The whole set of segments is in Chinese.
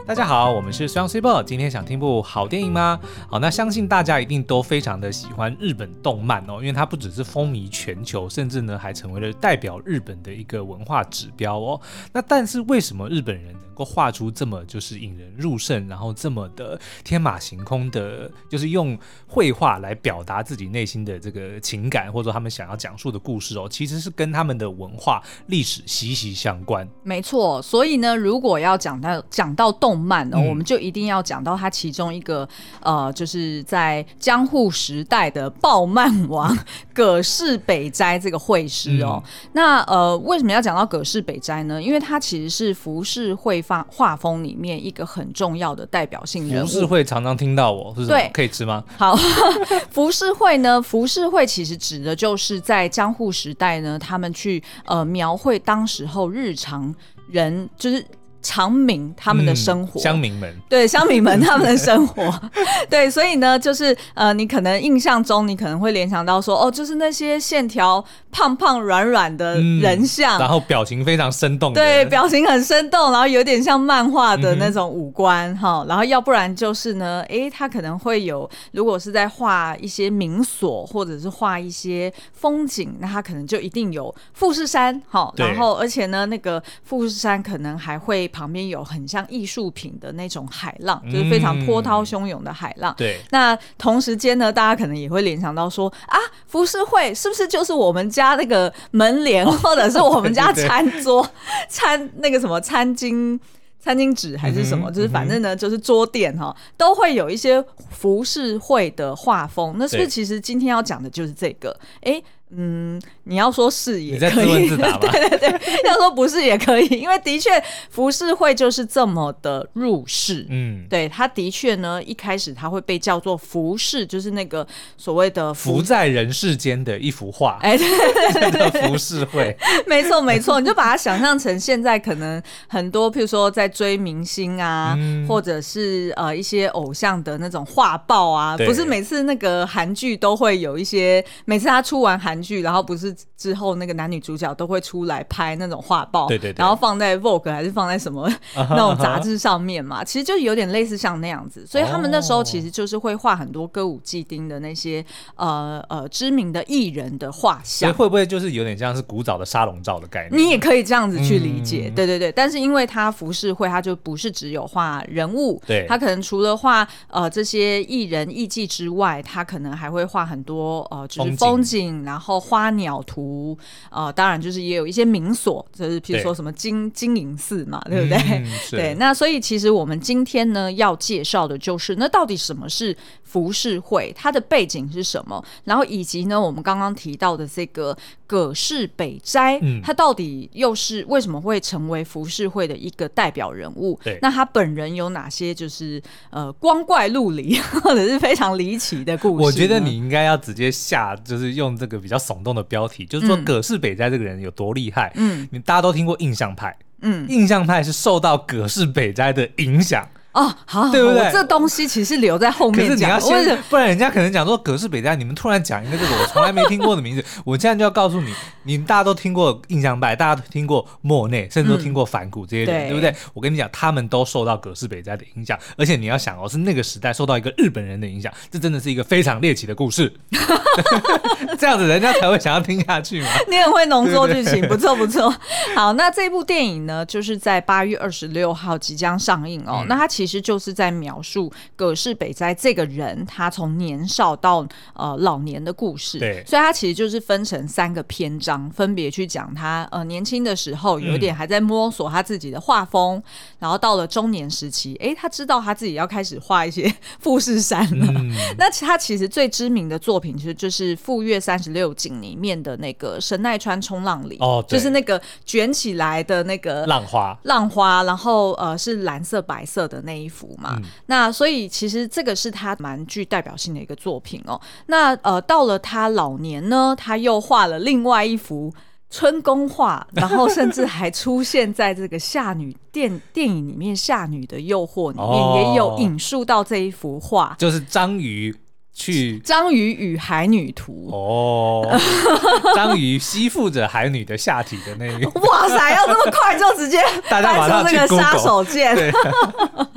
大家好，我们是双 Super， 今天想听部好电影吗？好，那相信大家一定都非常的喜欢日本动漫哦，因为它不只是风靡全球，甚至呢还成为了代表日本的一个文化指标哦。那但是为什么日本人能够画出这么就是引人入胜，然后这么的天马行空的，就是用绘画来表达自己内心的这个情感，或者说他们想要讲述的故事哦，其实是跟他们的文化历史息息相关。 没错，所以呢，如果要讲到动漫呢，我们就一定要讲到它其中一个就是在江户时代的爆漫王葛饰北斋这个绘师哦。那为什么要讲到葛饰北斋呢？因为他其实是浮世绘画风里面一个很重要的代表性人物。 浮世绘常常听到我是什么？对，可以吃吗？ 好，浮世绘呢，浮世绘其实指的就是在江户时代呢，他们去描绘当时候日常人就是常民他们的生活， 乡民们， 对，乡民们他们的生活对，所以呢就是你可能印象中你可能会联想到说就是那些线条胖胖软软的人像， 然后表情非常生动的， 对，表情很生动，然后有点像漫画的那种五官然后要不然就是呢他可能会有，如果是在画一些民所或者是画一些风景，那他可能就一定有富士山然后而且呢那个富士山可能还会旁边有很像艺术品的那种海浪，就是非常波涛汹涌的海浪。对，那同时间呢，大家可能也会联想到说浮世绘是不是就是我们家那个门帘，或者是我们家餐桌餐那个什么餐巾纸还是什么，就是反正呢就是桌垫都会有一些浮世绘的画风。那是不是其实今天要讲的就是这个？你要说是也可以，你在自问自答吗？ 对，要说不是也可以，因为的确浮世绘就是这么的入世。对，它的确呢一开始它会被叫做浮世，就是那个所谓的浮在人世间的一幅画，对，浮世绘。 没错，你就把它想象成现在可能很多譬如说在追明星啊，或者是一些偶像的那种画报啊，不是每次那个韩剧都会有一些，每次他出完韩剧然后不是之后那个男女主角都会出来拍那种画报，对，然后放在 Vogue 还是放在什么那种杂志上面嘛，其实就有点类似像那样子。所以他们那时候其实就是会画很多歌舞伎町的那些知名的艺人的画像。所以会不会就是有点像是古早的沙龙照的概念？ 你也可以这样子去理解，对。但是因为它浮世绘，它就不是只有画人物，对，它可能除了画这些艺人艺伎之外，它可能还会画很多就是风景，然后花鸟图，当然就是也有一些民所，就是譬如说什么金银寺嘛，对不对？对，那所以其实我们今天呢要介绍的就是那到底什么是浮世绘，它的背景是什么，然后以及呢我们刚刚提到的这个葛饰北斋，他到底又是为什么会成为浮世绘的一个代表人物？那他本人有哪些就是光怪陆离或者是非常离奇的故事？ 我觉得你应该要直接就是用这个比较耸动的标题，就是说葛饰北斋这个人有多厉害。你大家都听过印象派，印象派是受到葛饰北斋的影响。 好， 对不对？ 我这东西其实留在后面讲，可是你要先，不然人家可能讲说葛饰北斋，你们突然讲一个这个我从来没听过的名字，我现在就要告诉你，你们大家都听过印象派，大家都听过莫内，甚至都听过梵谷这些人，对不对？我跟你讲，他们都受到葛饰北斋的影响，而且你要想是那个时代受到一个日本人的影响，这真的是一个非常猎奇的故事。这样子人家才会想要听下去嘛。 你很会浓缩剧情，不错。好，那这部电影呢，就是在8月26号即将上映那它其实就是在描述葛饰北斋这个人他从年少到老年的故事。对，所以他其实就是分成3个篇章，分别去讲他年轻的时候有点还在摸索他自己的画风，然后到了中年时期他知道他自己要开始画一些富士山了。那他其实最知名的作品就是富岳36景里面的那个神奈川冲浪里，就是那个卷起来的那个浪花， 然后是蓝色白色的那一幅嘛。那所以其实这个是他蛮具代表性的一个作品那到了他老年呢，他又画了另外一幅春宫画，然后甚至还出现在这个夏女电影里面《夏女的诱惑》里面也有引述到这一幅画， 就是章鱼与海女图章鱼吸附着海女的下体的那个。 哇塞，要这么快就直接大家马上去 Google 杀手锏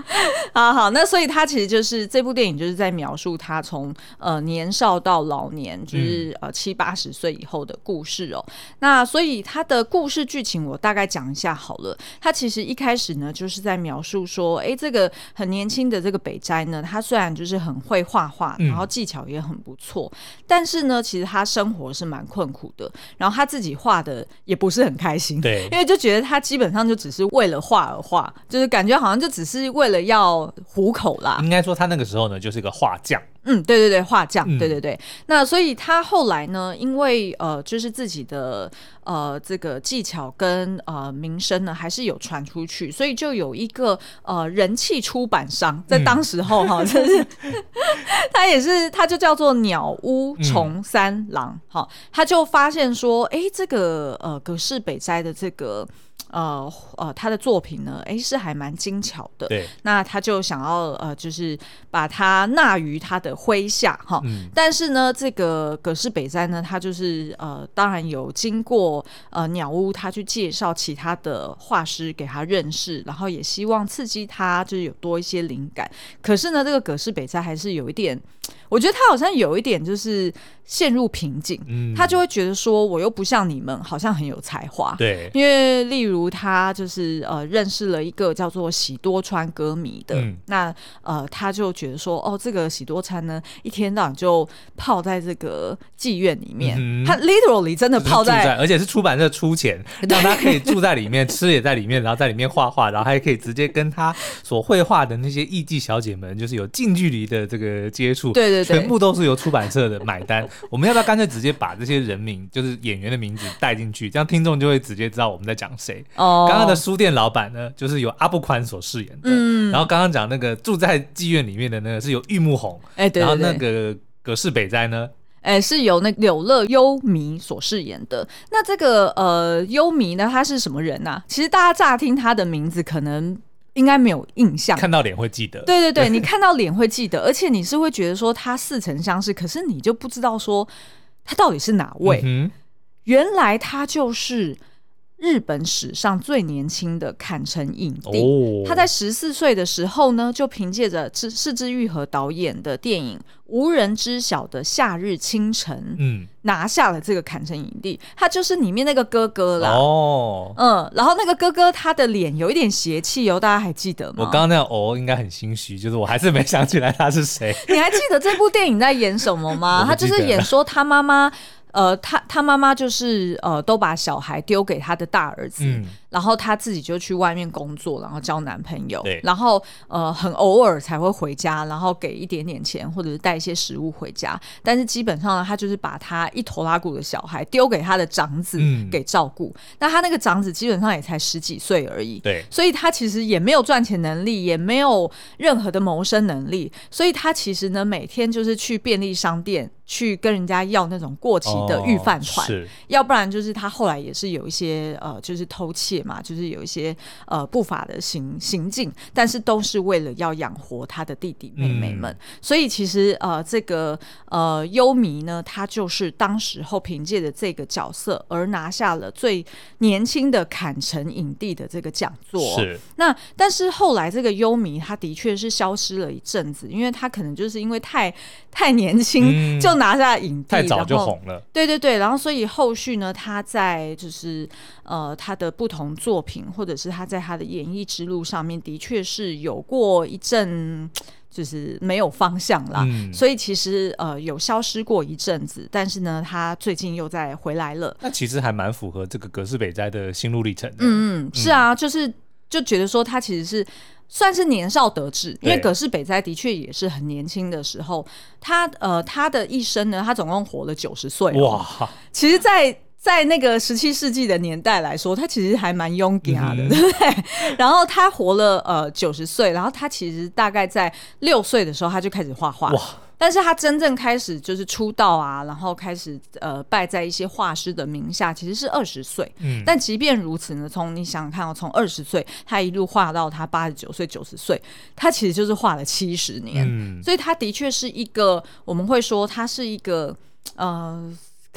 好，那所以他其实就是这部电影就是在描述他从年少到老年，就是70-80岁以后的故事哦。那所以他的故事剧情我大概讲一下好了。他其实一开始呢就是在描述说，这个很年轻的这个北斋呢，他虽然就是很会画画，然后技巧也很不错，但是呢其实他生活是蛮困苦的，然后他自己画的也不是很开心， 对， 因为就觉得他基本上就只是为了画而画，就是感觉好像就只是为了要糊口啦。 应该说他那个时候呢就是个画匠。 对对对，画匠，对对对。那所以他后来呢，因为就是自己的这个技巧跟名声呢，还是有传出去，所以就有一个人气出版商，在当时候哈，就是他就叫做鸟屋重三郎，他就发现说，这个葛饰北斋的这个。他的作品呢，是还蛮精巧的。 对， 那他就想要就是把它纳于他的麾下哈。但是呢，这个葛饰北斋呢，他就是当然有经过鸟屋他去介绍其他的画师给他认识，然后也希望刺激他就是有多一些灵感。可是呢，这个葛饰北斋还是有一点，我觉得他好像有一点就是陷入瓶颈。他就会觉得说，我又不像你们，好像很有才华。 对， 因为例如他就是认识了一个叫做喜多川歌迷的，那他就觉得说，这个喜多川呢，一天到晚就泡在这个妓院里面，他 literally 真的泡在， 而且是出版社出钱让他可以住在里面，吃也在里面，然后在里面画画，然后还可以直接跟他所绘画的那些艺妓小姐们，就是有近距离的这个接触， 对对对， 全部都是由出版社的买单。我们要不要干脆直接把这些人名，就是演员的名字带进去，这样听众就会直接知道我们在讲谁。刚刚的书店老板呢，就是由阿部宽所饰演的，然后刚刚讲那个住在妓院里面的呢，是由玉木宏， 对对对， 然后那个葛饰北斋呢， 是由那柳乐优弥所饰演的。那这个优弥呢，他是什么人啊？其实大家乍听他的名字可能应该没有印象， 看到脸会记得。 对对对，你看到脸会记得，而且你是会觉得说他似曾相识，可是你就不知道说他到底是哪位。原来他就是日本史上最年轻的坎城影帝。他在14岁的时候呢，就凭借着是枝裕和导演的电影《无人知晓的夏日清晨》拿下了这个坎城影帝。他就是里面那个哥哥啦。然后那个哥哥他的脸有一点邪气哦，大家还记得吗？ 我刚刚那样应该很心虚，就是我还是没想起来他是谁。 你还记得这部电影在演什么吗？他就是演说他妈妈他妈妈就是都把小孩丢给他的大儿子，然后他自己就去外面工作，然后交男朋友，然后很偶尔才会回家，然后给一点点钱或者是带一些食物回家，但是基本上呢，他就是把他一头拉骨的小孩丢给他的长子给照顾。那他那个长子基本上也才10几岁而已， 对， 所以他其实也没有赚钱能力，也没有任何的谋生能力，所以他其实呢每天就是去便利商店去跟人家要那种过期的御饭团，要不然就是他后来也是有一些就是偷窃嘛，就是有一些不法的行径，但是都是为了要养活他的弟弟妹妹们。所以其实这个优弥呢，他就是当时候凭借着这个角色而拿下了最年轻的坎城影帝的这个讲座。 是， 那但是后来这个优弥他的确是消失了一阵子，因为他可能就是因为太年轻就拿下影帝， 太早就红了。 对对对，然后所以后续呢，他在就是他的不同作品，或者是他在他的演艺之路上面，的确是有过一阵就是没有方向啦。所以其实有消失过一阵子，但是呢，他最近又再回来了。 那其实还蛮符合这个葛饰北斋的心路历程的。 是啊，就觉得说他其实是算是年少得志，因为葛饰北斋的确也是很年轻的时候，他的一生呢，他总共活了90岁。哇，其实在那个17世纪的年代来说，他其实还蛮勇敢的，对不对？然后他活了90岁，然后他其实大概在6岁的时候他就开始画画。哇！但是他真正开始就是出道啊，然后开始拜在一些画师的名下，其实是20岁。但即便如此呢，你想想看从20岁他一路画到他89岁、90岁，他其实就是画了70年。所以他的确是一个，我们会说他是一个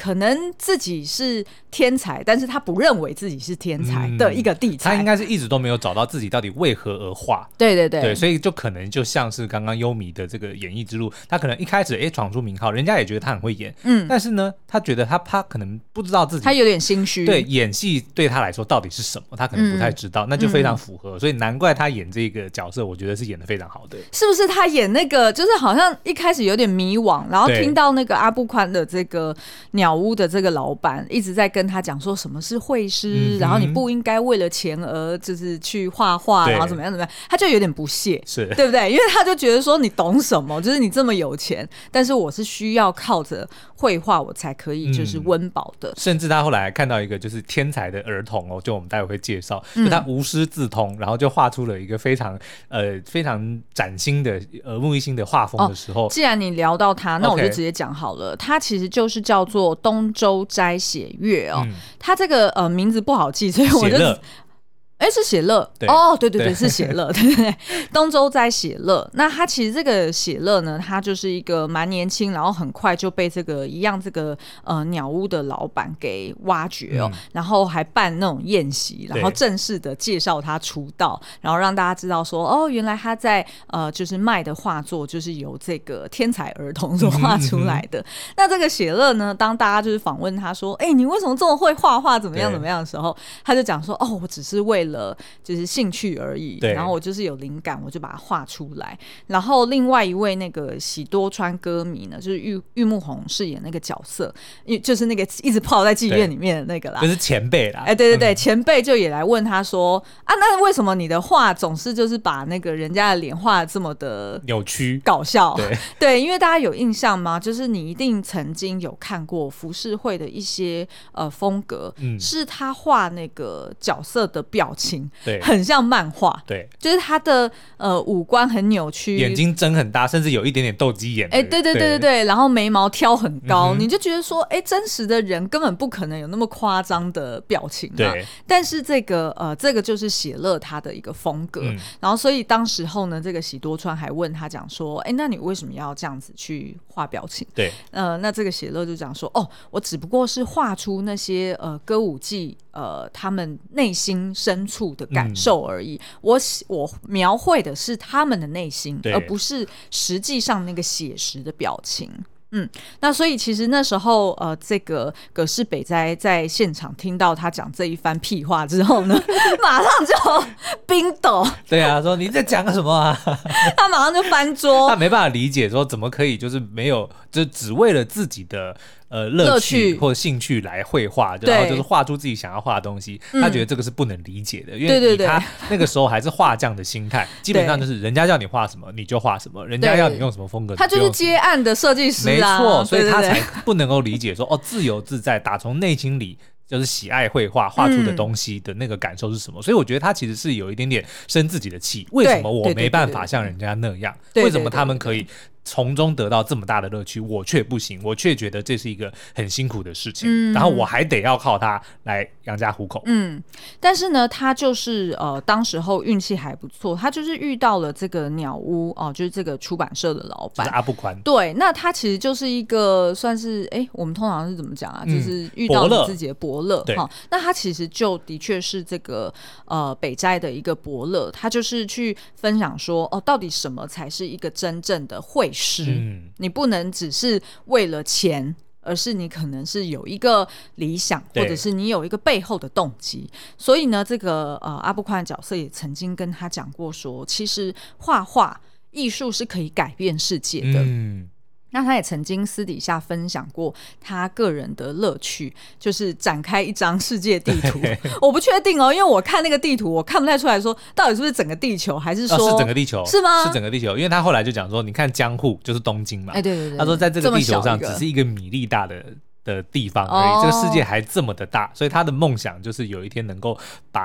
可能自己是天才，但是他不认为自己是天才的一个地才， 他应该是一直都没有找到自己到底为何而画。 对对对， 所以就可能就像是刚刚优米的这个演艺之路，他可能一开始闯出名号，人家也觉得他很会演，但是呢，他觉得他可能不知道自己， 他有点心虚， 对演戏对他来说到底是什么，他可能不太知道，那就非常符合，所以难怪他演这个角色，我觉得是演得非常好的。 是不是他演那个就是好像一开始有点迷惘，然后听到那个阿布宽的这个鸟屋的这个老板一直在跟他讲说什么是绘师，然后你不应该为了钱而就是去画画，然后怎么样怎么样，他就有点不屑， 是对不对？因为他就觉得说你懂什么，就是你这么有钱，但是我是需要靠着绘画我才可以就是温饱的。 甚至他后来看到一个就是天才的儿童哦，就我们待会会介绍，就他无师自通，然后就画出了一个非常崭新的耳目一新的画风的时候， 既然你聊到他，那我就直接讲好了。他其实就是叫做东周斋写月哦，他这个名字不好记，所以我就是写乐哦，对对对，是写乐，对对对，东周斋写乐。那他其实这个写乐呢，他就是一个蛮年轻，然后很快就被这个鸟屋的老板给挖掘哦，然后还办那种宴席，然后正式的介绍他出道，然后让大家知道说，哦，原来他在就是卖的画作就是由这个天才儿童所画出来的。那这个写乐呢，当大家就是访问他说，你为什么这么会画画，怎么样怎么样的时候，他就讲说，哦，我只是为了就是兴趣而已，然后我就是有灵感，我就把它画出来。然后另外一位那个喜多川歌迷呢，就是玉木宏饰演那个角色，就是那个一直泡在妓院里面的那个啦， 就是前辈啦。 对对对，前辈就也来问他说啊，那为什么你的画总是就是把那个人家的脸画这么的扭曲搞笑？对，因为大家有印象吗？就是你一定曾经有看过浮世绘的一些风格，是他画那个角色的表情， 对， 很像漫画， 对， 就是他的五官很扭曲， 眼睛睁很大，甚至有一点点斗鸡眼， 对对对对对，然后眉毛挑很高，你就觉得说，真实的人根本不可能有那么夸张的表情啊。 对， 但是这个就是写乐他的一个风格，然后所以当时候呢，这个喜多川还问他讲说，那你为什么要这样子去画表情？ 对， 那这个写乐就讲说，我只不过是画出那些歌舞伎他们内心深处的感受而已，我描绘的是他们的内心，而不是实际上那个写实的表情。那所以其实那时候这个葛饰北斋在现场听到他讲这一番屁话之后呢，马上就冰斗。 对啊，说你在讲什么啊？ 他马上就翻桌， 他没办法理解说怎么可以就是没有就只为了自己的乐趣或者興趣来绘画，然后就是画出自己想要画的东西，他觉得这个是不能理解的，因为他那个时候还是画匠的心态，基本上就是人家叫你画什么你就画什么，人家要你用什么风格， 他就是接案的设计师啊， 没错，所以他才不能够理解说自由自在，打从内心里就是喜爱绘画画出的东西的那个感受是什么，所以我觉得他其实是有一点点生自己的气，为什么我没办法像人家那样，为什么他们可以从中得到这么大的乐趣，我却不行，我却觉得这是一个很辛苦的事情，然后我还得要靠它来养家糊口。 但是呢，他就是当时候运气还不错，他就是遇到了这个鸟屋就是这个出版社的老板， 就是阿布宽。 对，那他其实就是一个算是我们通常是怎么讲啊？就是遇到了自己的伯乐哈。那他其实就的确是这个北斋的一个伯乐，他就是去分享说到底什么才是一个真正的绘师，你不能只是为了钱，而是你可能是有一个理想，或者是你有一个背后的动机。所以呢，这个阿布宽的角色也曾经跟他讲过说，其实画画艺术是可以改变世界的。那他也曾经私底下分享过他个人的乐趣，就是展开一张世界地图。我不确定因为我看那个地图，我看不太出来说到底是不是整个地球，还是说是整个地球？是吗？ 是整个地球，因为他后来就讲说，你看江户就是东京嘛， 对对对， 他说在这个地球上只是一个米粒大的地方而已，这个世界还这么的大，所以他的梦想就是有一天能够把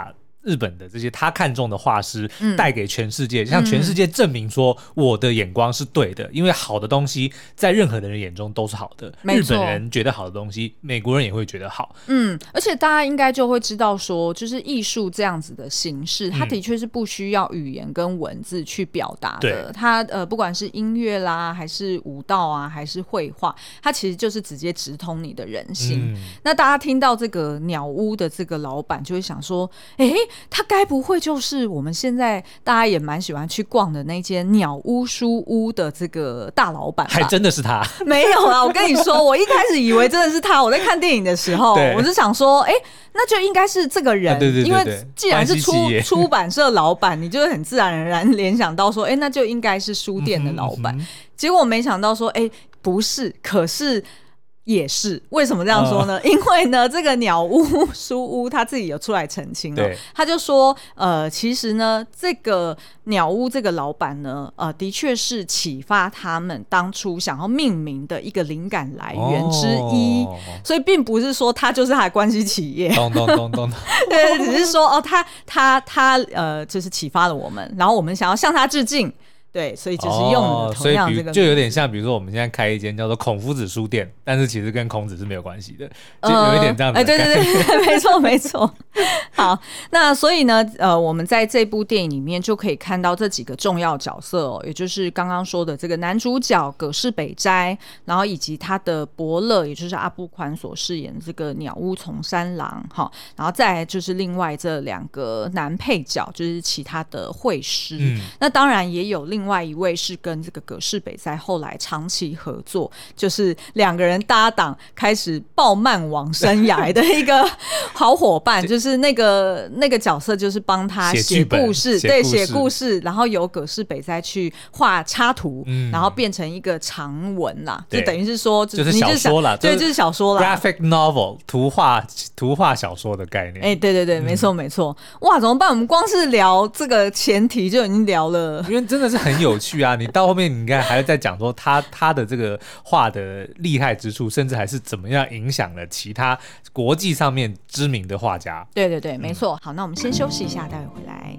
日本的这些他看中的画师带给全世界，向全世界证明说我的眼光是对的，因为好的东西在任何的人眼中都是好的，日本人觉得好的东西美国人也会觉得好。 而且大家应该就会知道说，就是艺术这样子的形式，它的确是不需要语言跟文字去表达的，它不管是音乐啦还是舞蹈啊还是绘画，它其实就是直接直通你的人心。那大家听到这个鸟屋的这个老板就会想说，他该不会就是我们现在大家也蛮喜欢去逛的那间鸟屋书屋的这个大老板吧？ 还真的是他？ 没有啦，我跟你说，我一开始以为真的是他。我在看电影的时候，我是想说，那就应该是这个人， 对， 因为既然是出版社老板，你就会很自然而然联想到说，那就应该是书店的老板。结果没想到说，不是，可是。也是，为什么这样说呢？因为呢，这个鸟屋书屋他自己有出来澄清了，他就说，其实呢，这个鸟屋这个老板呢，的确是启发他们当初想要命名的一个灵感来源之一，所以并不是说他就是他的关系企业， 懂， 对，只是说他就是启发了我们，然后我们想要向他致敬。对，所以就是用了同样这个， 就有点像，比如说我们现在开一间叫做孔夫子书店，但是其实跟孔子是没有关系的，就有一点这样子的概念。 对，没错。好，那所以呢，我们在这部电影里面就可以看到这几个重要角色也就是刚刚说的这个男主角葛饰北斋，然后以及他的伯乐，也就是阿部宽所饰演的这个鸟屋从三郎，然后再来就是另外这两个男配角，就是其他的绘师。那当然也有另外一位是跟这个葛饰北斋后来长期合作，就是两个人搭档开始爆漫网生涯的一个好伙伴，就是那个角色就是帮他写故事，对，写故事，然后由葛饰北斋去画插图，然后变成一个长文啦，就等于是说就是小说啦， 对，就是小说啦 ，graphic novel 图画小说的概念。 对，没错。哇，怎么办？我们光是聊这个前提就已经聊了， 因为真的是很有趣啊！你到后面你应该还在讲说他的这个画的厉害之处，甚至还是怎么样影响了其他国际上面知名的画家。 对，没错。好，那我们先休息一下，待会回来。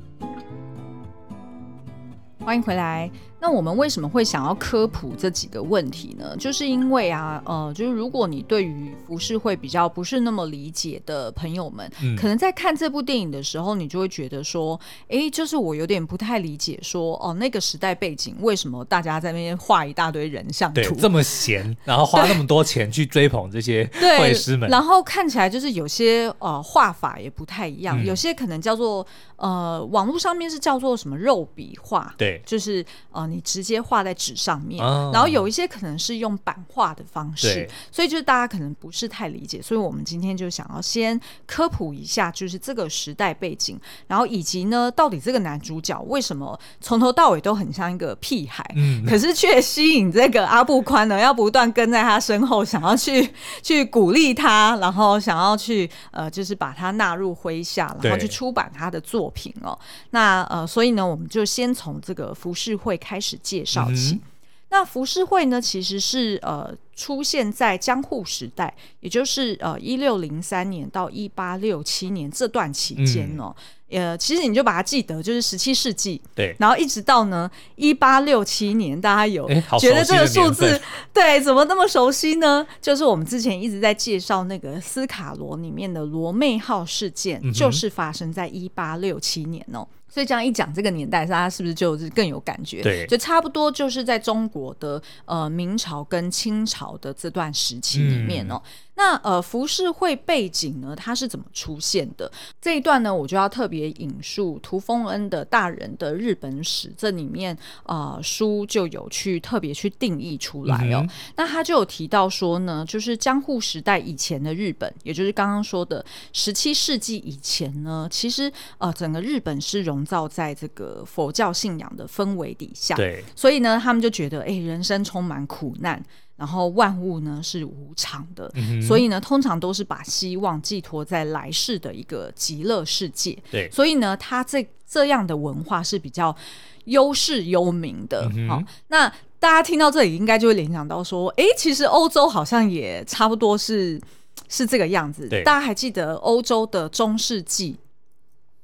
欢迎回来。那我们为什么会想要科普这几个问题呢？就是因为就是如果你对于浮世绘比较不是那么理解的朋友们，可能在看这部电影的时候，你就会觉得说，就是我有点不太理解说，那个时代背景为什么大家在那边画一大堆人像图， 对，这么闲，然后花那么多钱去追捧这些绘师们， 然后看起来就是有些画法也不太一样，有些可能叫做网络上面是叫做什么肉笔画， 对， 就是你直接画在纸上面，然后有一些可能是用版画的方式，所以就是大家可能不是太理解，所以我们今天就想要先科普一下，就是这个时代背景，然后以及呢，到底这个男主角为什么从头到尾都很像一个屁孩，可是却吸引这个阿部宽呢，要不断跟在他身后，想要去鼓励他，然后想要去就是把他纳入麾下，然后去出版他的作品那所以呢，我们就先从这个浮世绘开始介绍起。那浮世绘呢，其实是出现在江户时代，也就是1603年到1867年这段期间其实你就把它记得就是17世纪， 对， 然后一直到呢1867年，大家有觉得这个数字对怎么那么熟悉呢？就是我们之前一直在介绍那个斯卡罗里面的罗妹号事件，就是发生在1867年所以这样一讲这个年代，大家是不是就是更有感觉？ 对， 就差不多就是在中国的明朝跟清朝的这段时期里面那浮世绘背景呢，它是怎么出现的？这一段呢，我就要特别引述涂峰恩的《大人的日本史》，这里面书就有特别去定义出来那他就有提到说呢，就是江户时代以前的日本，也就是刚刚说的17世纪以前呢，其实整个日本是笼罩在这个佛教信仰的氛围底下， 对， 所以呢，他们就觉得人生充满苦难。然后万物呢是无常的，所以呢通常都是把希望寄托在来世的一个极乐世界。 对， 所以呢它这样的文化是比较优世优民的。那大家听到这里应该就会联想到说，其实欧洲好像也差不多是这个样子。大家还记得欧洲的中世纪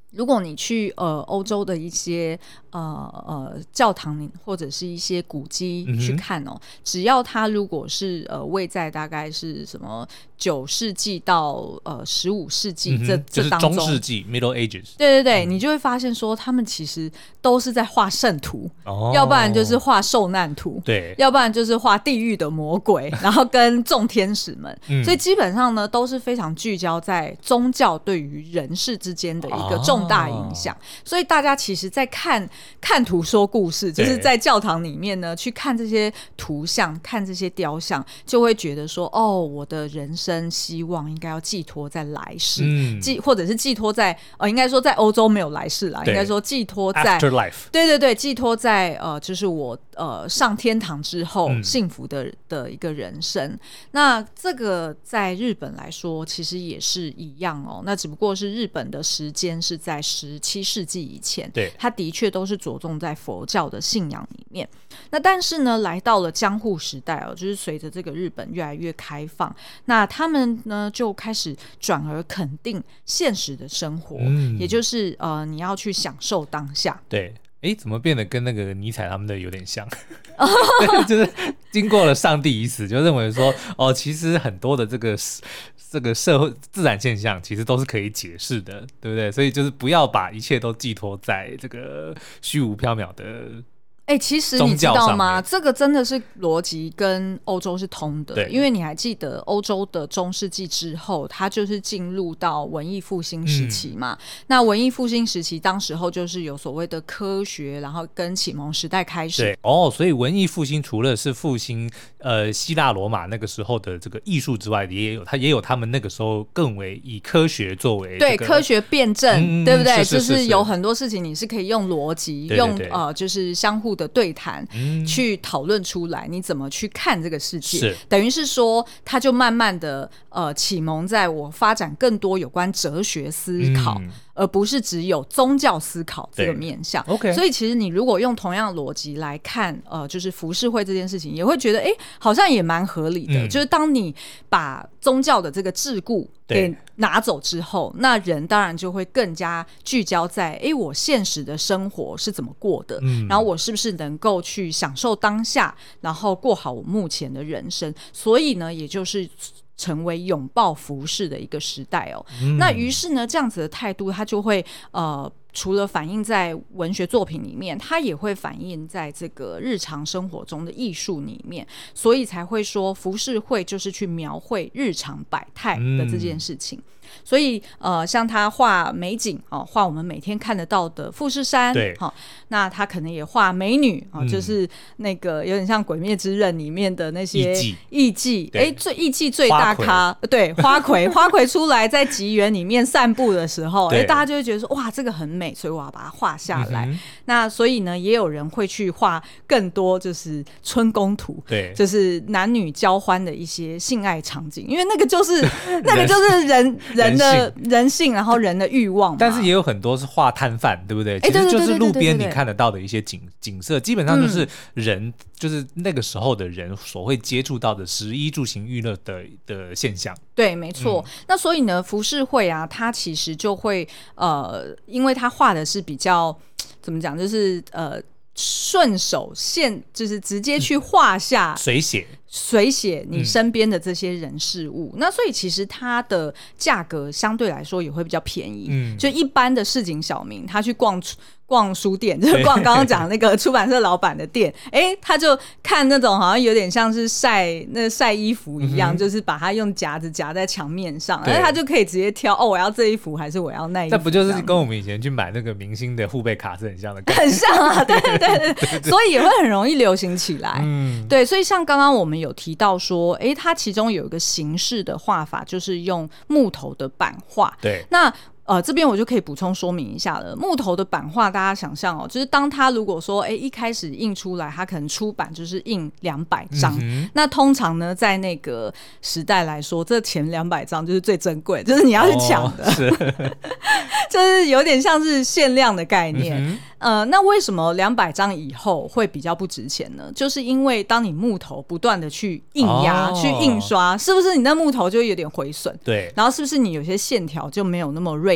如果你去欧洲的一些教堂或者是一些古迹去看哦，只要它如果是位在大概是什么9世纪到15世纪这当中， 就是中世纪 Middle Ages， 对对对，你就会发现说他们其实都是在画圣徒，要不然就是画受难图， 对， 要不然就是画地狱的魔鬼，然后跟众天使们，所以基本上呢都是非常聚焦在宗教对于人世之间的一个重大影响，所以大家其实在看图说故事，就是在教堂里面呢去看这些图像，看这些雕像，就会觉得说我的人生希望应该要寄托在来世，或者是寄托在应该说在欧洲没有来世啦，应该说寄托在 Afterlife， 对对对，寄托在就是我上天堂之后幸福的一个人生。那这个在日本来说其实也是一样哦，那只不过是日本的时间是在17世纪以前， 对， 它的确都是着重在佛教的信仰里面。那但是呢来到了江户时代就是随着这个日本越来越开放，那他们呢就开始转而肯定现实的生活，也就是你要去享受当下。 对，怎么变得跟那个尼采他们的有点像？就是经过了上帝已死，就认为说其实很多的这个社会自然现象其实都是可以解释的，对不对？所以就是不要把一切都寄托在这个虚无缥缈的其实你知道吗？这个真的是逻辑跟欧洲是通的，因为你还记得欧洲的中世纪之后，它就是进入到文艺复兴时期嘛。那文艺复兴时期当时候就是有所谓的科学，然后跟启蒙时代开始。 对所以文艺复兴除了是复兴希腊罗马那个时候的这个艺术之外，也有他们那个时候更为以科学作为对科学辩证，对不对？ 就是有很多事情你是可以用逻辑，用就是相互的对谈去讨论出来你怎么去看这个世界，等于是说它就慢慢的启蒙在我发展更多有关哲学思考，而不是只有宗教思考这个面向。所以其实你如果用同样的逻辑来看就是浮世绘这件事情，也会觉得好像也蛮合理的，就是当你把宗教的这个桎梏给拿走之后，那人当然就会更加聚焦在我现实的生活是怎么过的，然后我是不是能够去享受当下，然后过好我目前的人生。所以呢也就是成为拥抱浮世的一个时代那于是呢这样子的态度它就会除了反映在文学作品里面，它也会反映在这个日常生活中的艺术里面，所以才会说浮世绘就是去描绘日常百态的这件事情。所以像他画美景画我们每天看得到的富士山， 对那他可能也画美女就是那个有点像《鬼灭之刃》里面的那些艺伎，艺伎最大咖，对，花魁出来在吉原里面散步的时候，大家就会觉得说哇这个很美，所以我要把它画下来。那所以呢也有人会去画更多就是春宫图，对，就是男女交欢的一些性爱场景，因为那个就是人的人性，然后人的欲望嘛。 但是也有很多是画摊贩，对不对？其实就是路边你看得到的一些景色，基本上就是人就是那个时候的人所会接触到的食衣住行娱乐的现象。 对，没错。那所以呢浮世绘啊它其实就会因为它画的是比较怎么讲，就是顺手就是直接去画下水写你身边的这些人事物，那所以其实它的价格相对来说也会比较便宜，就一般的市井小民他去逛书店，就是逛刚刚讲那个出版社老板的店，他就看那种好像有点像是晒衣服一样，就是把它用夹子夹在墙面上，而他就可以直接挑我要这一幅还是我要那一幅。 那不就是跟我们以前去买那个明星的护贝卡是很像的感觉？ 很像啊，对对 对，所以也会很容易流行起来。对，所以像刚刚我们有提到说它其中有一个形式的画法就是用木头的版画。 对， 那这边我就可以补充说明一下了。木头的版画大家想象就是当它如果说一开始印出来它可能出版就是印200张，那通常呢在那个时代来说这前200张就是最珍贵，就是你要去抢的，就是有点像是限量的概念。那为什么200张以后会比较不值钱呢？就是因为当你木头不断的去印压去印刷，是不是你那木头就有点毁损？ 对， 然后是不是你有些线条就没有那么锐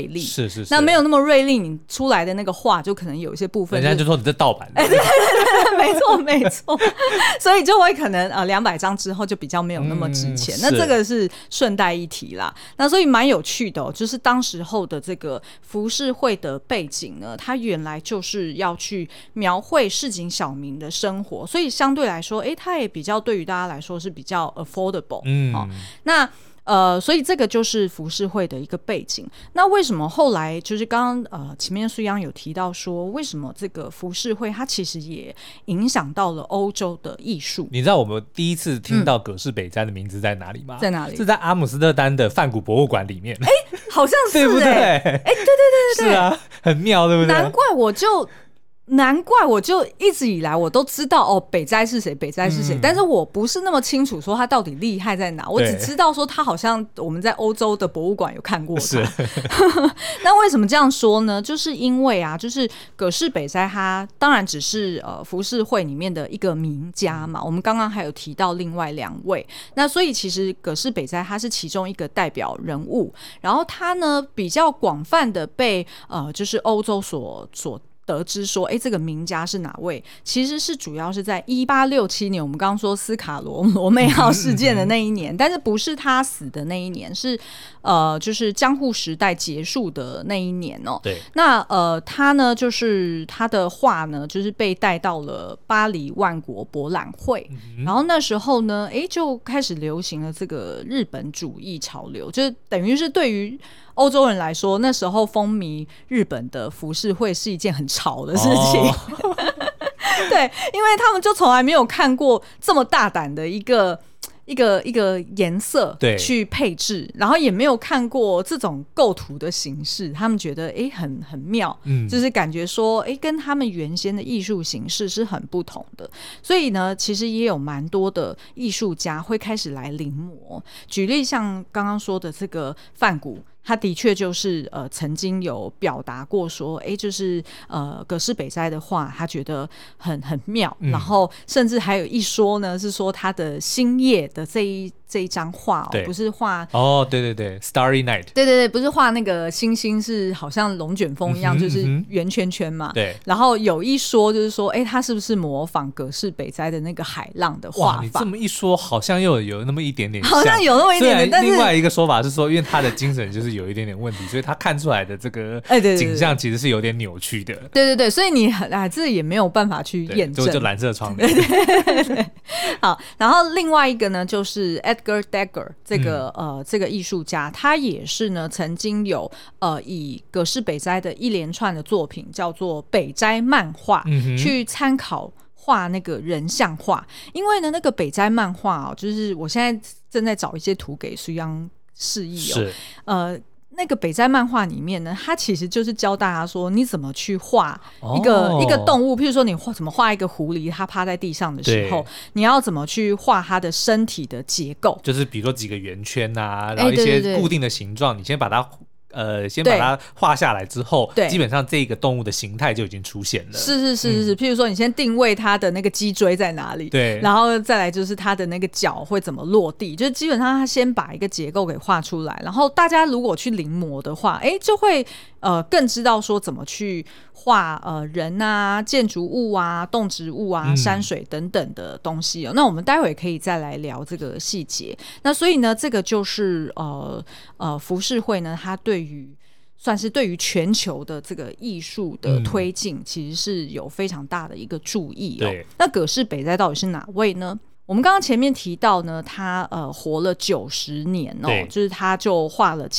锐利， 是， 那没有那么锐利，你出来的那个画就可能有一些部分、 人家就说你这盗版的， 没错，所以就会可能200张之后就比较没有那么值钱。那这个是顺带一提啦。那所以蛮有趣的就是当时候的这个浮世绘的背景呢，它原来就是要去描绘市井小民的生活，所以相对来说，它也比较对于大家来说是比较 affordable。那所以这个就是浮世绘的一个背景。那为什么后来就是刚刚前面苏央有提到说，为什么这个浮世绘它其实也影响到了欧洲的艺术？ 你知道我们第一次听到葛饰北斋的名字在哪里吗？ 在哪里？ 是在阿姆斯特丹的梵谷博物馆里面。 好像是对不对？ 对， 是啊，很妙，对不对？ 难怪我就一直以来我都知道北斋是谁，但是我不是那么清楚说他到底厉害在哪，我只知道说他好像我们在欧洲的博物馆有看过他。那为什么这样说呢？就是因为就是葛饰北斋他当然只是浮世绘里面的一个名家嘛，我们刚刚还有提到另外2位，那所以其实葛饰北斋他是其中一个代表人物，然后他呢比较广泛的被就是欧洲所得知说这个名家是哪位，其实是主要是在1867年，我们刚刚说斯卡罗梅号事件的那一年，但是不是他死的那一年，是就是江户时代结束的那一年对， 那他呢就是他的画呢就是被带到了巴黎万国博览会，然后那时候呢就开始流行了这个日本主义潮流，就是等于是对于欧洲人来说，那时候风靡日本的浮世绘是一件很潮的事情。对，因为他们就从来没有看过这么大胆的一个颜色去配置，然后也没有看过这种构图的形式，他们觉得很妙，就是感觉说跟他们原先的艺术形式是很不同的，所以呢其实也有蛮多的艺术家会开始来临摹。举例像刚刚说的这个梵谷，他的确就是曾经有表达过说就是葛饰北斋的画他觉得很妙，然后甚至还有一说呢是说他的星夜的这一张画不是画对 Starry Night， 对，不是画那个星星是好像龙卷风一样，就是圆圈圈嘛， 对， 然后有一说就是说他是不是模仿葛饰北斋的那个海浪的画法？ 哇，你这么一说好像又有那么一点点像， 好像有那么一点点，但是另外一个说法是说因为他的精神就是有一点点问题，所以他看出来的这个景象其实是有点扭曲的。 对，所以你这也没有办法去验证， 就蓝色窗对。好，然后另外一个呢就是 Edgar Degas 这个艺术家，他也是呢曾经有以葛饰北斋的一连串的作品叫做北斋漫画，去参考画那个人像画。因为呢那个北斋漫画就是我现在正在找一些图给苏央示意那个北斋漫画里面呢，它其实就是教大家说你怎么去画一个动物，譬如说你怎么画一个狐狸，它趴在地上的时候，你要怎么去画它的身体的结构， 就是比如说几个圆圈啊，然后一些固定的形状，你先把它画下来之后，基本上这个动物的形态就已经出现了。是， 譬如说你先定位它的那个脊椎在哪里， 对， 然后再来就是它的那个脚会怎么落地，就是基本上它先把一个结构给画出来，然后大家如果去临摹的话，就会更知道说怎么去画人啊、建筑物啊、动植物啊、山水等等的东西那我们待会可以再来聊这个细节。那所以呢，这个就是浮世绘呢，它算是对于全球的这个艺术的推进，其实是有非常大的一个注意对， 那葛饰北斋到底是哪位呢？我们刚刚前面提到呢，他活了90年就是他就画了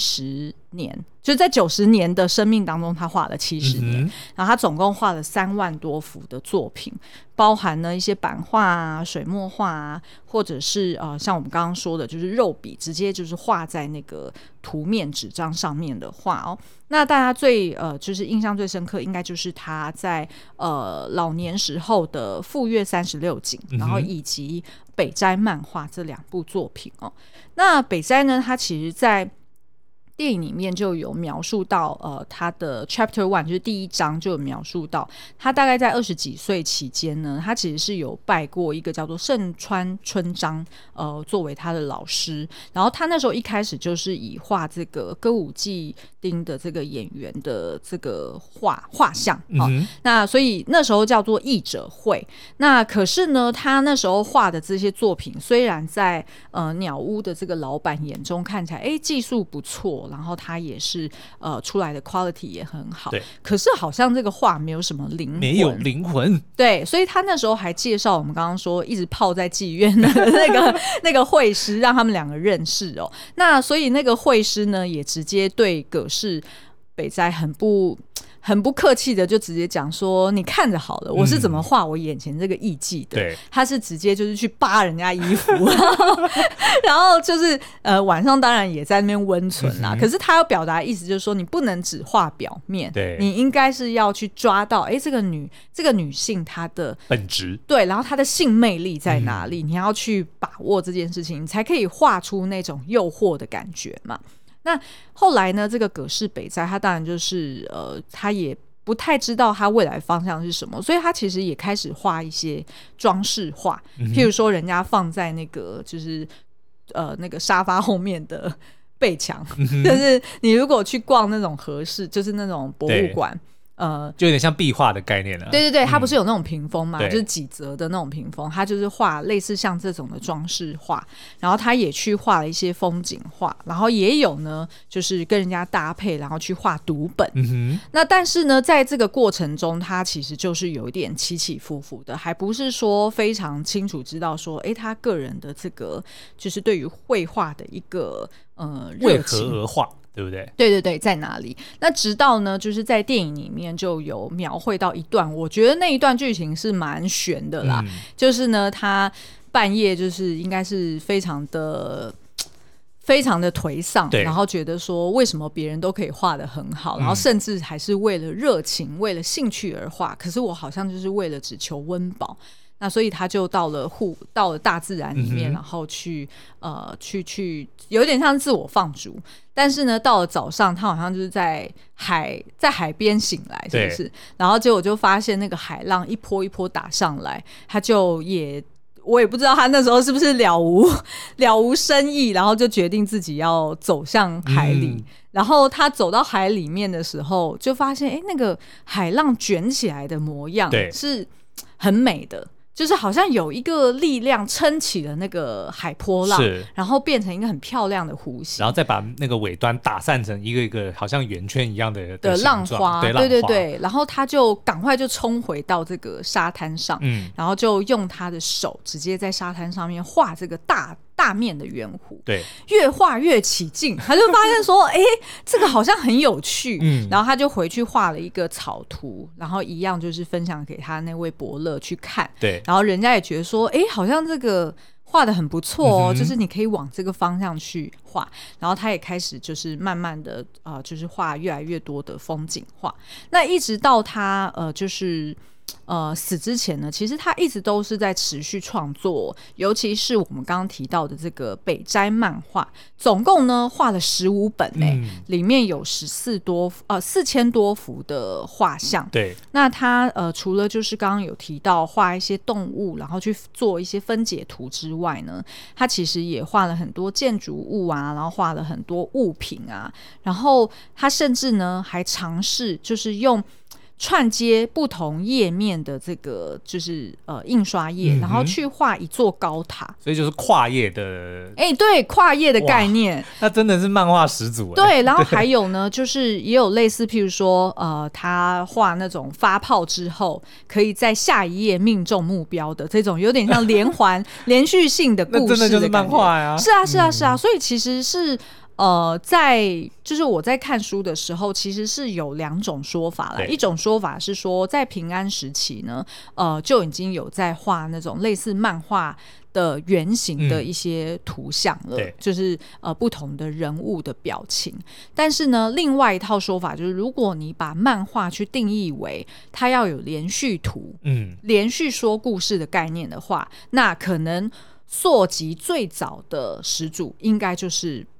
70年，就是在90年的生命当中他画了70年，然后他总共画了3万多幅的作品，包含了一些版画啊、水墨画啊，或者是像我们刚刚说的就是肉笔直接就是画在那个图面纸张上面的画那大家就是印象最深刻应该就是他在老年时候的《富岳36景》然后以及北斋漫画这2部作品那北斋呢，他其实在电影里面就有描述到，他的 Chapter 1就是第1章就有描述到，他大概在20几岁期间呢，他其实是有拜过一个叫做盛川春章，作为他的老师。然后他那时候一开始就是以画这个歌舞伎町的这个演员的这个画像，那所以那时候叫做艺者会。那可是呢，他那时候画的这些作品，虽然在鸟屋的这个老板眼中看起来，技术不错。然后他也是出来的 quality 也很好，对。可是好像这个画没有什么灵魂， 没有灵魂， 对。所以他那时候还介绍我们刚刚说一直泡在妓院的那个会师，让他们两个认识哦。那所以那个会师呢，也直接对葛饰北斋很不客气的就直接讲说，你看着好了，我是怎么画我眼前这个艺妓的。对，他是直接就是去扒人家衣服然后就是晚上当然也在那边温存啦，可是他要表达的意思就是说，你不能只画表面，对，你应该是要去抓到这个女性她的本质， 对，然后她的性魅力在哪里，你要去把握这件事情，你才可以画出那种诱惑的感觉嘛。那后来呢，这个葛饰北斋他当然就是他也不太知道他未来方向是什么，所以他其实也开始画一些装饰画，譬如说人家放在那个就是那个沙发后面的背墙，就是你如果去逛那种和室，就是那种博物馆， 就有点像壁画的概念了。 对对对，它不是有那种屏风嘛，就是几折的那种屏风，它就是画类似像这种的装饰画，然后他也去画了一些风景画，然后也有呢就是跟人家搭配，然后去画读本。那但是呢在这个过程中，他其实就是有一点起起伏伏的，还不是说非常清楚知道说他个人的这个就是对于绘画的一个为何而画，对不对？ 对对对，在哪里？那直到呢，就是在电影里面就有描绘到一段，我觉得那一段剧情是蛮悬的啦。就是呢，他半夜就是应该是非常的颓丧，然后觉得说为什么别人都可以画得很好，然后甚至还是为了热情、为了兴趣而画，可是我好像就是为了只求温饱。那所以他就到了大自然里面，然后去有点像自我放逐。但是呢，到了早上，他好像就是在海边醒来，是不是？然后结果就发现那个海浪一波一波打上来，他就我也不知道他那时候是不是了无生意，然后就决定自己要走向海里。然后他走到海里面的时候，就发现那个海浪卷起来的模样是很美的。就是好像有一个力量撑起了那个海波浪，然后变成一个很漂亮的弧形， 然后再把那个尾端打散成一个一个好像圆圈一样的浪花，对对对，然后他就赶快就冲回到这个沙滩上，然后就用他的手直接在沙滩上面画这个大面的圆弧，对，越画越起劲，他就发现说这个好像很有趣，然后他就回去画了一个草图，然后一样就是分享给他那位伯乐去看，对，然后人家也觉得说好像这个画得很不错哦，就是你可以往这个方向去画，然后他也开始就是慢慢的就是画越来越多的风景画。那一直到他就是死之前呢，其实他一直都是在持续创作，尤其是我们刚刚提到的这个北斋漫画，总共呢画了15本里面有4000多幅的画像。对，那他除了就是刚刚有提到画一些动物，然后去做一些分解图之外呢，他其实也画了很多建筑物啊，然后画了很多物品啊，然后他甚至呢还尝试就是用串接不同页面的这个就是印刷页，然后去画一座高塔， 所以就是跨页的对，跨页的概念， 那真的是漫画始祖对，然后还有呢就是也有类似譬如说他画那种发炮之后可以在下一页命中目标的这种有点像连环连续性的故事的感觉，那真的就是漫画呀，是啊是啊是啊，所以其实是就是我在看书的时候，其实是有2种说法啦。一种说法是说，在平安时期呢，就已经有在画那种类似漫画的原型的一些图像了，就是不同的人物的表情。但是呢，另外一套说法就是，如果你把漫画去定义为它要有连续图，连续说故事的概念的话，那可能溯及最早的始祖应该就是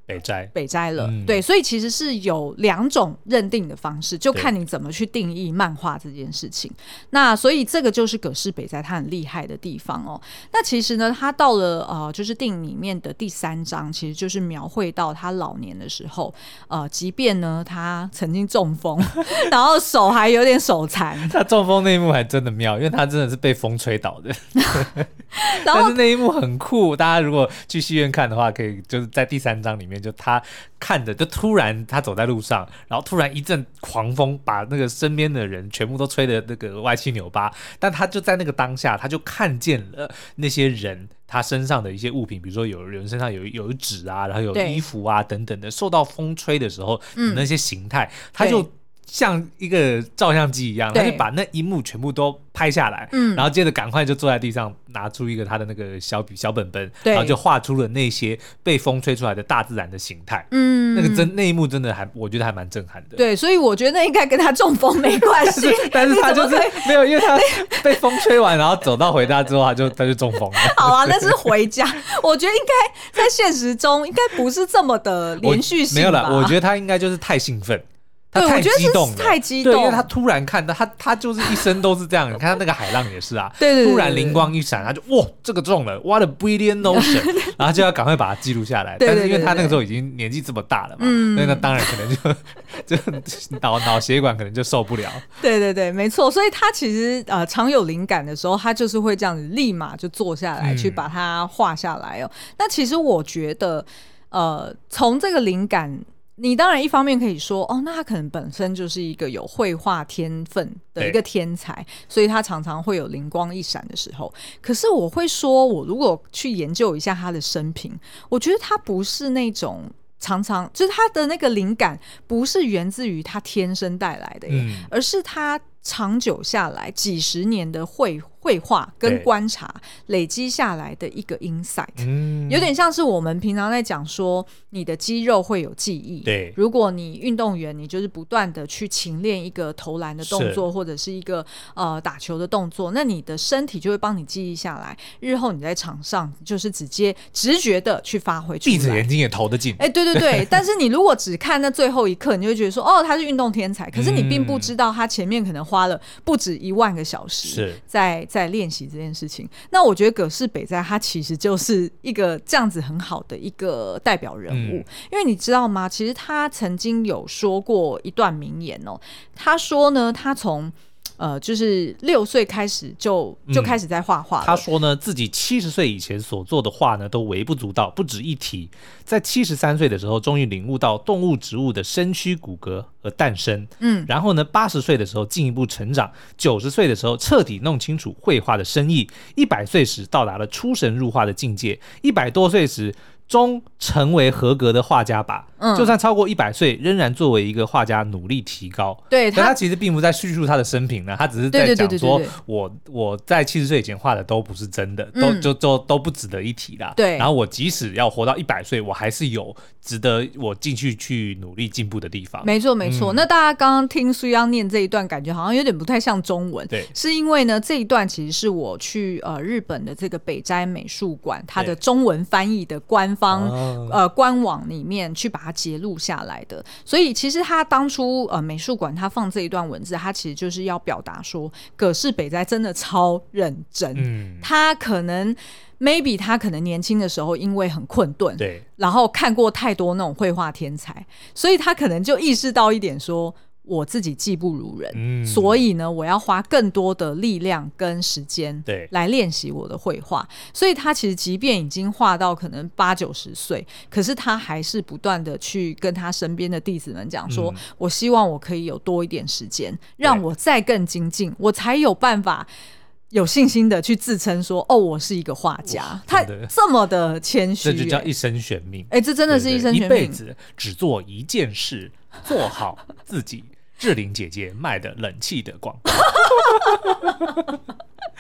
北斋了。对，所以其实是有2种认定的方式，就看你怎么去定义漫画这件事情。那所以这个就是葛饰北斋他很厉害的地方哦。那其实呢，他到了就是电影里面的第3章，其实就是描绘到他老年的时候，即便呢他曾经中风，然后手还有点手残。 他中风那一幕还真的妙，因为他真的是被风吹倒的。但是那一幕很酷，大家如果去戏院看的话，可以就是在第3章里面，就他看着就突然他走在路上，然后突然一阵狂风把那个身边的人全部都吹得那个歪七扭八，但他就在那个当下，他就看见了那些人他身上的一些物品，比如说有人身上有纸啊，然后有衣服啊等等的，受到风吹的时候那些形态，他就像一个照相机一样，他就把那一幕全部都拍下来，然后接着赶快就坐在地上拿出一个他的那个小笔小本本，然后就画出了那些被风吹出来的大自然的形态。那一幕真的我觉得还蛮震撼的。 对，所以我觉得那应该跟他中风没关系。 但是他就是没有，因为他被风吹完，然后走到回家之后，他就中风了。 好啊，那是回家。我觉得应该在现实中应该不是这么的连续性吧。 没有啦，我觉得他应该就是太兴奋。他太激动了， 太激动， 对，因为他突然看到他就是一生都是这样。你看他那个海浪也是啊， 对， 突然灵光一闪，他就哇，这个中了 ，What a brilliant notion， 然后就要赶快把它记录下来。但是因为他那个时候已经年纪这么大了嘛，所以那当然可能就脑血管可能就受不了。 对，没错。所以他其实常有灵感的时候，他就是会这样子立马就坐下来去把它画下来哦。那其实我觉得从这个灵感。你当然一方面可以说那他可能本身就是一个有绘画天分的一个天才，所以他常常会有灵光一闪的时候。可是我会说，我如果去研究一下他的生平，我觉得他不是那种常常就是他的那个灵感不是源自于他天生带来的耶，而是他长久下来几十年的绘画跟观察累积下来的一个 insight，有点像是我们平常在讲说你的肌肉会有记忆。 对， 如果你运动员，你就是不断的去勤练一个投篮的动作，或者是一个打球的动作，那你的身体就会帮你记忆下来，日后你在场上就是直觉的去发挥出来， 闭着眼睛也投得进。 对。但是你如果只看那最后一刻，你就会觉得说他是运动天才，可是你并不知道他前面可能花了不止1万个小时在练习这件事情。那我觉得葛饰北斋他其实就是一个这样子很好的一个代表人物，因为你知道吗？其实他曾经有说过一段名言他说呢，他从就是6岁开始就开始在画画了。 他说呢，自己70岁以前所做的画呢，都微不足道，不值一提。在73岁的时候，终于领悟到动物、植物的身躯骨骼而诞生。然后呢，80岁的时候进一步成长，90岁的时候彻底弄清楚绘画的深意，100岁时到达了出神入化的境界，100多岁时终成为合格的画家吧。就算超过100岁，仍然作为一个画家努力提高。 对， 他其实并不在叙述他的生平呢，他只是在讲说我在70岁以前画的都不是真的，都不值得一提啦。 对， 然后我即使要活到100岁，我还是有值得我进去努力进步的地方。 没错。那大家刚刚听苏央念这一段，感觉好像有点不太像中文。 对， 是因为呢这一段其实是我去日本的这个北斋美术馆它的中文翻译的官方官网里面去把它截录下来的。所以其实他当初美术馆他放这一段文字，他其实就是要表达说葛饰北斋真的超认真。他可能 maybe 他可能年轻的时候因为很困顿， 对， 然后看过太多那种绘画天才，所以他可能就意识到一点说，我自己技不如人，所以呢我要花更多的力量跟时间来练习我的绘画。所以他其实即便已经画到可能80-90岁，可是他还是不断的去跟他身边的弟子们讲说，我希望我可以有多一点时间，让我再更精进，我才有办法有信心的去自称说我是一个画家。他这么的谦虚， 这就叫一生悬命。 这真的是一生悬命， 一辈子只做一件事，做好自己志玲姐姐卖的冷气的广告。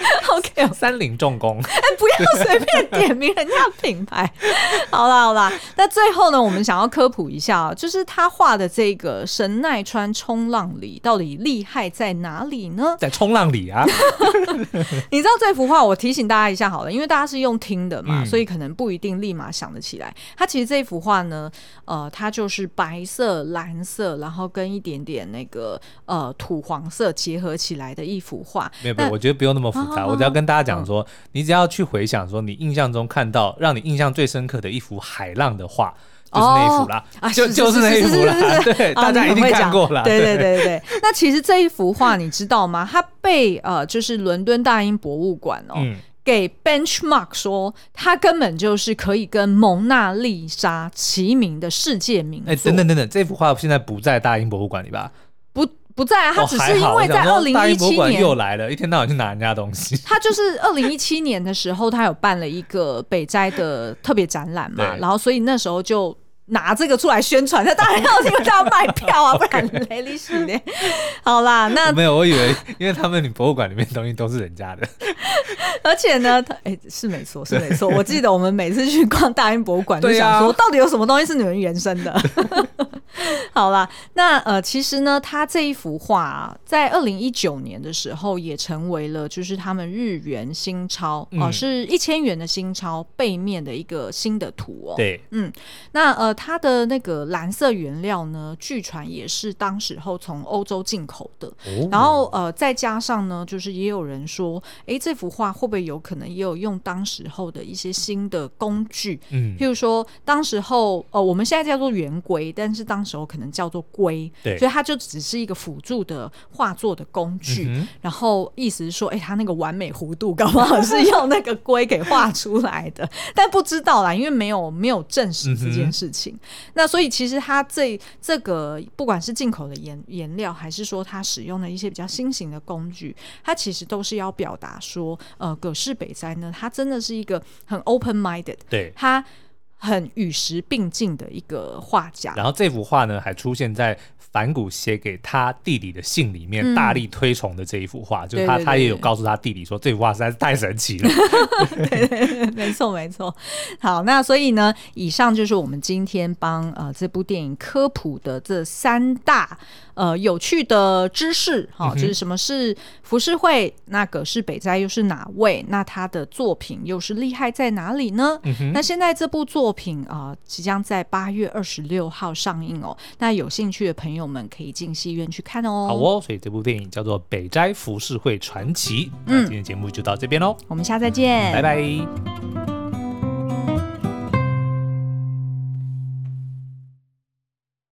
OK， 三菱重工。 不要随便点名人家品牌。好啦，那最后呢，我们想要科普一下，就是他画的这个神奈川冲浪里到底厉害在哪里呢？ 在冲浪里啊。 你知道这幅画，我提醒大家一下好了，因为大家是用听的嘛，所以可能不一定立马想得起来。它其实这幅画呢，它就是白色、蓝色，然后跟一点点那个土黄色结合起来的一幅画。 没有，我觉得不用那么复杂，我只要跟大家讲说，你只要去回想说你印象中看到让你印象最深刻的一幅海浪的画。就是那一幅啦，就是那一幅啦，对，大家一定看过啦。 对。那其实这一幅画你知道吗？它被就是伦敦大英博物馆给 benchmark 说，它根本就是可以跟蒙娜丽莎齐名的世界名作。 等等，这幅画现在不在大英博物馆里吧？ 不在啊，它只是因为在2017年又来了，一天到晚去拿人家东西。 他就是2017年的时候，他有办了一个北斋的特别展览嘛，然后所以那时候就拿这个出来宣传，他当然要因为他要卖票啊，不然雷利息呢。好啦，那没有，我以为因为他们博物馆里面的东西都是人家的， 而且呢，是没错，我记得我们每次去逛大英博物馆，就想说到底有什么东西是你们原生的。好啦，那其实呢，他这一幅画在2019年的时候也成为了就是他们日元新钞是1000元的新钞背面的一个新的图对， 那它的那个蓝色原料呢，据传也是当时候从欧洲进口的。然后再加上呢，就是也有人说，这幅画会不会有可能也有用当时候的一些新的工具？譬如说当时候我们现在叫做圆规，但是当时候可能叫做龟，所以它就只是一个辅助的画作的工具。然后意思是说，它那个完美弧度搞不好是用那个龟给画出来的，但不知道啦，因为没有证实这件事情。那所以其实它这个不管是进口的颜料，还是说它使用的一些比较新型的工具，它其实都是要表达说，葛饰北斋呢，它真的是一个很 open minded， 对， 它很与时并进的一个画家。 然后这幅画呢，还出现在梵谷写给他弟弟的信里面，大力推崇的这一幅画，就是他也有告诉他弟弟说，这幅画实在是太神奇了。 对，没错。好，那所以呢，以上就是我们今天帮这部电影科普的这3大有趣的知识，就是什么是浮世绘，那葛饰北斋又是哪位，那他的作品又是厉害在哪里呢？那现在这部作品即将在8月26号上映哦，那有兴趣的朋友们可以进戏院去看哦。 好哦，所以这部电影叫做《北斋浮世绘传奇》。那今天节目就到这边咯， 我们下次再见， 拜拜。